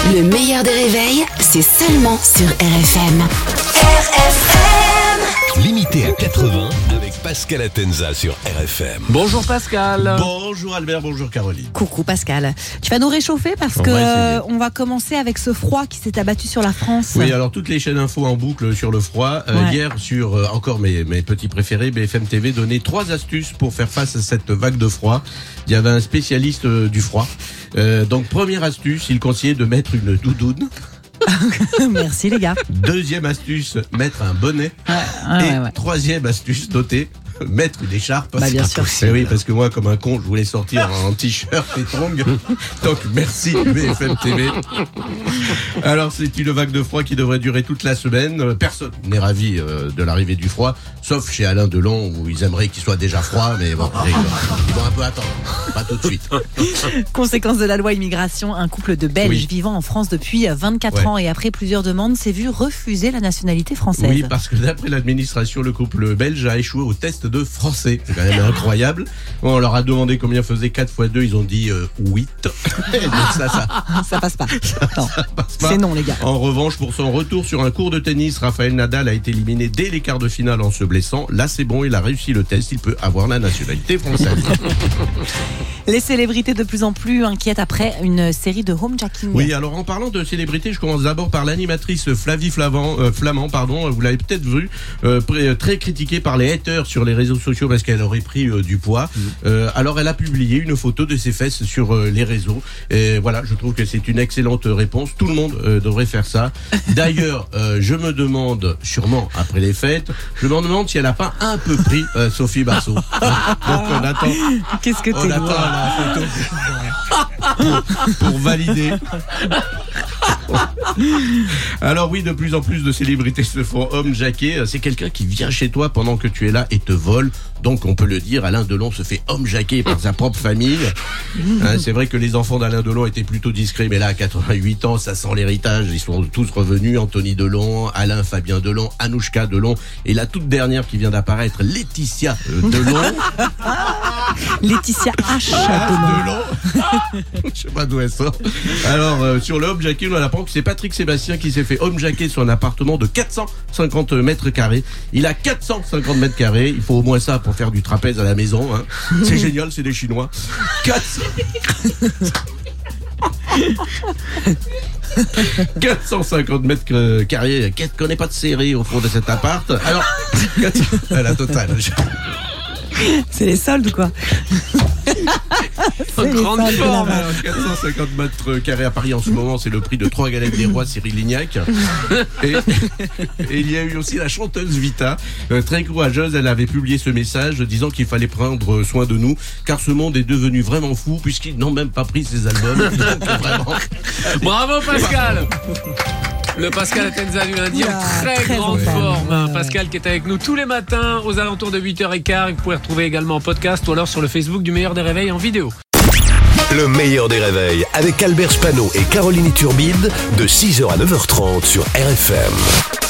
Le meilleur des réveils, c'est seulement sur RFM. RFM. Limité à 80 avec Pascal Atenza sur RFM. Bonjour Pascal. Bonjour Albert, bonjour Caroline. Coucou Pascal. Tu vas nous réchauffer parce que on va commencer avec ce froid qui s'est abattu sur la France. Oui, alors toutes les chaînes info en boucle sur le froid. Hier, sur encore mes petits préférés, BFM TV donnait 3 astuces pour faire face à cette vague de froid. Il y avait un spécialiste du froid. Donc première astuce, il conseillait de mettre une doudoune. Merci les gars. Deuxième astuce, mettre un bonnet. Et troisième astuce, notez, mettre une écharpe. Bah bien sûr. Et oui, parce que moi, comme un con, je voulais sortir en t-shirt et tongs. Donc merci BFM TV. Alors c'est une vague de froid qui devrait durer toute la semaine. Personne n'est ravi de l'arrivée du froid, sauf chez Alain Delon où ils aimeraient qu'il soit déjà froid, mais bon, ils vont un peu attendre, pas tout de suite. Conséquence de la loi immigration, un couple de Belges vivant en France depuis 24 ans et après plusieurs demandes s'est vu refuser la nationalité française. Oui, parce que d'après l'administration, le couple belge a échoué au test de français. C'est quand même incroyable. On leur a demandé combien faisait 4 x 2, ils ont dit 8. Ça passe pas. Non, c'est non les gars. En revanche, pour son retour sur un court de tennis, Rafael Nadal a été éliminé dès les quarts de finale en se blessant. Là, c'est bon, il a réussi le test, il peut avoir la nationalité française. Les célébrités de plus en plus inquiètes après une série de homejacking. Oui, alors en parlant de célébrités, je commence d'abord par l'animatrice Flavie Flamand. Vous l'avez peut-être vu, très critiquée par les haters sur les réseaux sociaux parce qu'elle aurait pris du poids. Alors elle a publié une photo de ses fesses sur les réseaux. Et voilà, je trouve que c'est une excellente réponse. Tout le monde devrait faire ça. D'ailleurs, je me demande, sûrement après les fêtes, je me demande si elle n'a pas un peu pris Sophie Marceau. Donc on attend. Qu'est-ce que t'es loin la photo pour valider. Alors oui, de plus en plus de célébrités se font homejacker. C'est quelqu'un qui vient chez toi pendant que tu es là et te vole. Donc on peut le dire, Alain Delon se fait homejacker par sa propre famille. C'est vrai que les enfants d'Alain Delon étaient plutôt discrets, mais là à 88 ans, ça sent l'héritage. Ils sont tous revenus, Anthony Delon, Alain Fabien Delon, Anouchka Delon et la toute dernière qui vient d'apparaître, Laetitia Delon. Laetitia H. Delon. Je sais pas d'où elle sort. Alors sur le homejacking, on apprend que c'est Patrick Sébastien qui s'est fait homejacker sur un appartement de 450 mètres carrés. Il a 450 mètres carrés. Il faut au moins ça pour faire du trapèze à la maison. C'est génial, c'est des Chinois. 450 mètres carrés. Qu'on n'ait pas de serré au fond de cet appart. Alors, la totale. C'est les soldes ou quoi? En grande forme. 450 mètres carrés à Paris en ce moment, c'est le prix de 3 galettes des rois Cyril Lignac. Et il y a eu aussi la chanteuse Vita, très courageuse. Elle avait publié ce message disant qu'il fallait prendre soin de nous, car ce monde est devenu vraiment fou puisqu'ils n'ont même pas pris ses albums. Donc, vraiment... Bravo Pascal. Le Pascal Atenza du lundi en très grande forme. Pascal qui est avec nous tous les matins aux alentours de 8h15. Vous pouvez retrouver également en podcast ou alors sur le Facebook du Meilleur des Réveils en vidéo. Le meilleur des réveils avec Albert Spano et Caroline Turbide de 6h à 9h30 sur RFM.